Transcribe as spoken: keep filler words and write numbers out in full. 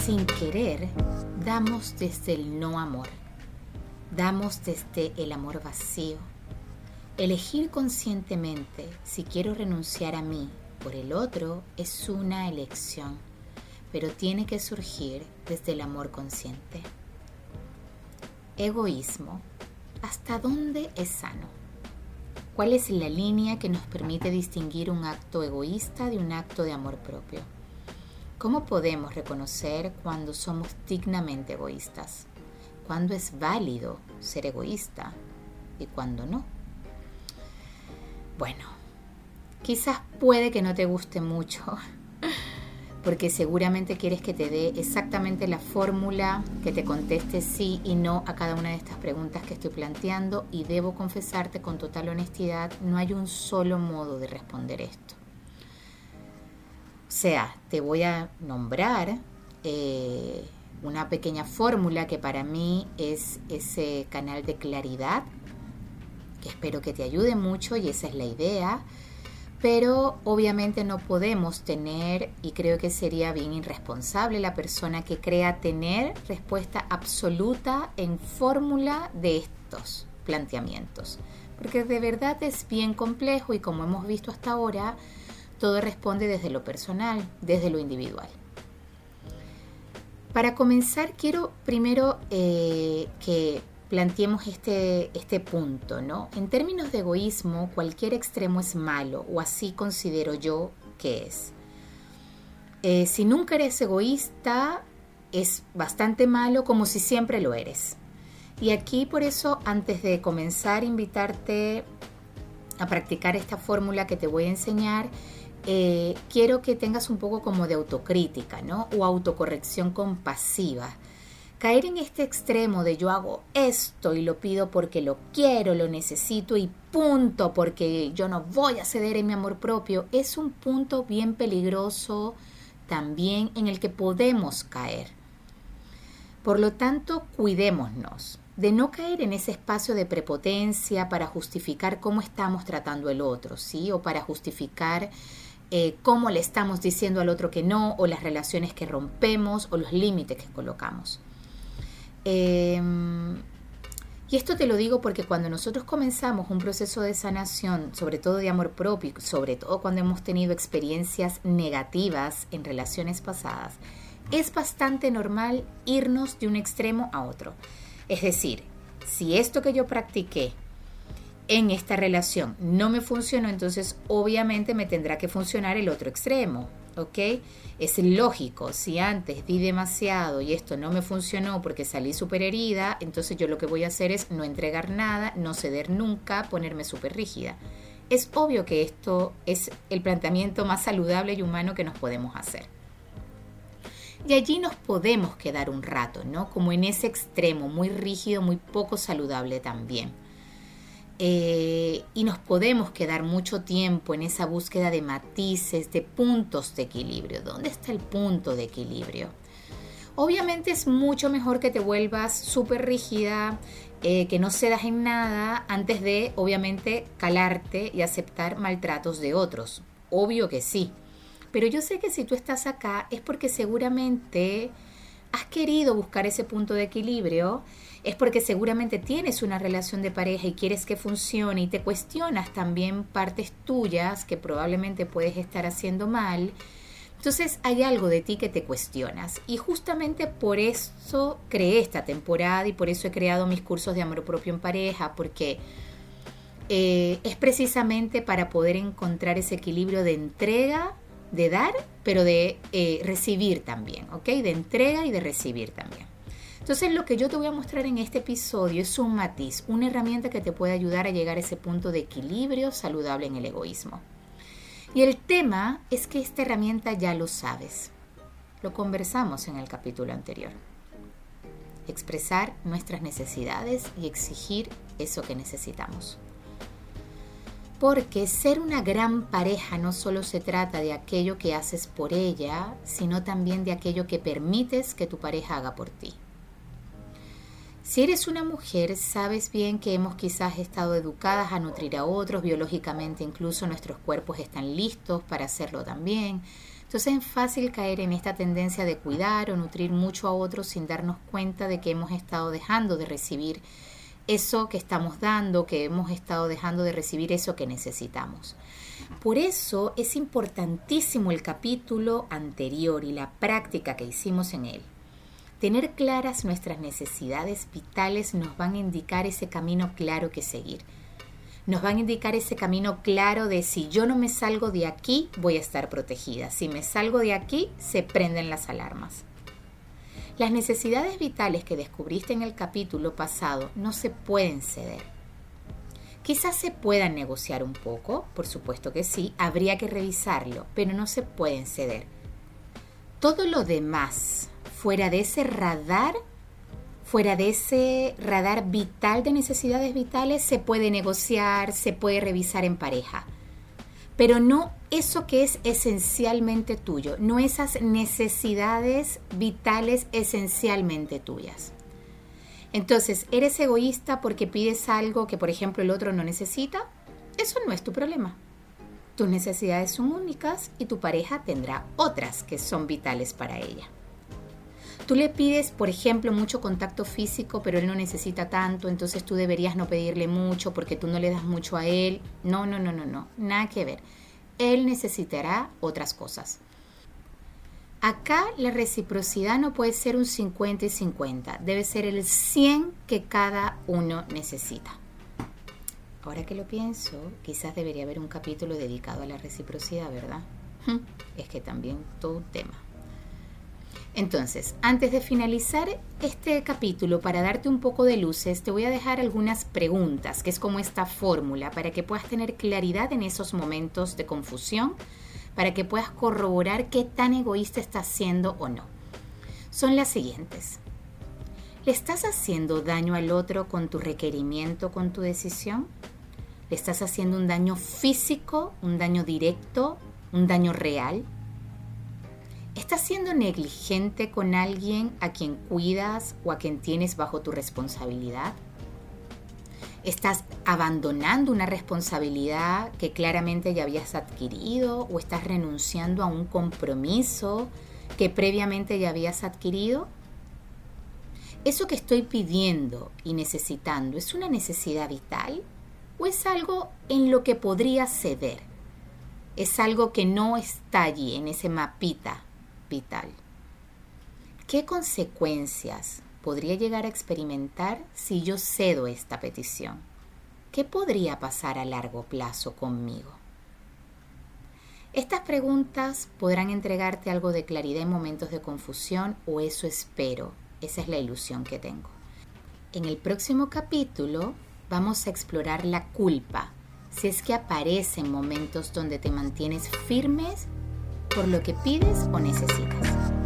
sin querer, damos desde el no amor, damos desde el amor vacío. Elegir conscientemente si quiero renunciar a mí por el otro es una elección, pero tiene que surgir desde el amor consciente. Egoísmo. ¿Hasta dónde es sano? ¿Cuál es la línea que nos permite distinguir un acto egoísta de un acto de amor propio? ¿Cómo podemos reconocer cuando somos dignamente egoístas? ¿Cuándo es válido ser egoísta y cuándo no? Bueno, quizás puede que no te guste mucho, porque seguramente quieres que te dé exactamente la fórmula que te conteste sí y no a cada una de estas preguntas que estoy planteando, y debo confesarte con total honestidad, no hay un solo modo de responder esto. O sea, te voy a nombrar eh, una pequeña fórmula que para mí es ese canal de claridad, que espero que te ayude mucho, y esa es la idea. Pero obviamente no podemos tener, y creo que sería bien irresponsable la persona que crea tener respuesta absoluta en fórmula de estos planteamientos, porque de verdad es bien complejo y, como hemos visto hasta ahora, todo responde desde lo personal, desde lo individual. Para comenzar, quiero primero eh, que planteemos este, este punto, ¿no? En términos de egoísmo, cualquier extremo es malo, o así considero yo que es. Eh, si nunca eres egoísta, es bastante malo, como si siempre lo eres. Y aquí, por eso, antes de comenzar, invitarte a practicar esta fórmula que te voy a enseñar, eh, quiero que tengas un poco como de autocrítica, ¿no? O autocorrección compasiva. Caer en este extremo de yo hago esto y lo pido porque lo quiero, lo necesito y punto, porque yo no voy a ceder en mi amor propio, es un punto bien peligroso también en el que podemos caer. Por lo tanto, cuidémonos de no caer en ese espacio de prepotencia para justificar cómo estamos tratando al otro, ¿sí? O para justificar eh, cómo le estamos diciendo al otro que no, o las relaciones que rompemos, o los límites que colocamos. Eh, y esto te lo digo porque cuando nosotros comenzamos un proceso de sanación, sobre todo de amor propio, sobre todo cuando hemos tenido experiencias negativas en relaciones pasadas, es bastante normal irnos de un extremo a otro. Es decir, si esto que yo practiqué en esta relación no me funcionó, entonces obviamente me tendrá que funcionar el otro extremo. ¿Ok? Es lógico, si antes di demasiado y esto no me funcionó porque salí súper herida, entonces yo lo que voy a hacer es no entregar nada, no ceder nunca, ponerme súper rígida. Es obvio que esto es el planteamiento más saludable y humano que nos podemos hacer. Y allí nos podemos quedar un rato, ¿no? Como en ese extremo, muy rígido, muy poco saludable también. Eh, y nos podemos quedar mucho tiempo en esa búsqueda de matices, de puntos de equilibrio. ¿Dónde está el punto de equilibrio? Obviamente es mucho mejor que te vuelvas súper rígida, eh, que no cedas en nada antes de, obviamente, calarte y aceptar maltratos de otros. Obvio que sí. Pero yo sé que si tú estás acá es porque seguramente has querido buscar ese punto de equilibrio, es porque seguramente tienes una relación de pareja y quieres que funcione y te cuestionas también partes tuyas que probablemente puedes estar haciendo mal. Entonces hay algo de ti que te cuestionas, y justamente por eso creé esta temporada y por eso he creado mis cursos de amor propio en pareja, porque eh, es precisamente para poder encontrar ese equilibrio de entrega, de dar, pero de eh, recibir también, ¿ok? De entrega y de recibir también. Entonces, lo que yo te voy a mostrar en este episodio es un matiz, una herramienta que te puede ayudar a llegar a ese punto de equilibrio saludable en el egoísmo. Y el tema es que esta herramienta ya lo sabes. Lo conversamos en el capítulo anterior. Expresar nuestras necesidades y exigir eso que necesitamos. Porque ser una gran pareja no solo se trata de aquello que haces por ella, sino también de aquello que permites que tu pareja haga por ti. Si eres una mujer, sabes bien que hemos quizás estado educadas a nutrir a otros, biológicamente incluso nuestros cuerpos están listos para hacerlo también, Entonces es fácil caer en esta tendencia de cuidar o nutrir mucho a otros sin darnos cuenta de que hemos estado dejando de recibir eso que estamos dando, que hemos estado dejando de recibir eso que necesitamos. Por eso es importantísimo el capítulo anterior y la práctica que hicimos en él. Tener claras nuestras necesidades vitales nos van a indicar ese camino claro que seguir. Nos van a indicar ese camino claro de si yo no me salgo de aquí, voy a estar protegida. Si me salgo de aquí, se prenden las alarmas. Las necesidades vitales que descubriste en el capítulo pasado no se pueden ceder. Quizás se puedan negociar un poco, por supuesto que sí, habría que revisarlo, pero no se pueden ceder. Todo lo demás, fuera de ese radar, fuera de ese radar vital de necesidades vitales, se puede negociar, se puede revisar en pareja. Pero no eso que es esencialmente tuyo, no esas necesidades vitales esencialmente tuyas. Entonces, ¿eres egoísta porque pides algo que, por ejemplo, el otro no necesita? Eso no es tu problema. Tus necesidades son únicas y tu pareja tendrá otras que son vitales para ella. Tú le pides, por ejemplo, mucho contacto físico, pero él no necesita tanto, entonces tú deberías no pedirle mucho porque tú no le das mucho a él. No, no, no, no, no, nada que ver. Él necesitará otras cosas. Acá la reciprocidad no puede ser un cincuenta y cincuenta, debe ser el cien que cada uno necesita. Ahora que lo pienso, quizás debería haber un capítulo dedicado a la reciprocidad, ¿verdad? Es que también todo un tema. Entonces, antes de finalizar este capítulo, para darte un poco de luces, te voy a dejar algunas preguntas, que es como esta fórmula, para que puedas tener claridad en esos momentos de confusión, para que puedas corroborar qué tan egoísta estás siendo o no. Son las siguientes. ¿Le estás haciendo daño al otro con tu requerimiento, con tu decisión? ¿Le estás haciendo un daño físico, un daño directo, un daño real? ¿Estás siendo negligente con alguien a quien cuidas o a quien tienes bajo tu responsabilidad? ¿Estás abandonando una responsabilidad que claramente ya habías adquirido o estás renunciando a un compromiso que previamente ya habías adquirido? ¿Eso que estoy pidiendo y necesitando es una necesidad vital o es algo en lo que podría ceder? ¿Es algo que no está allí en ese mapita vital? ¿Qué consecuencias podría llegar a experimentar si yo cedo esta petición? ¿Qué podría pasar a largo plazo conmigo? Estas preguntas podrán entregarte algo de claridad en momentos de confusión, o eso espero. Esa es la ilusión que tengo. En el próximo capítulo vamos a explorar la culpa, si es que aparece en momentos donde te mantienes firmes por lo que pides o necesitas.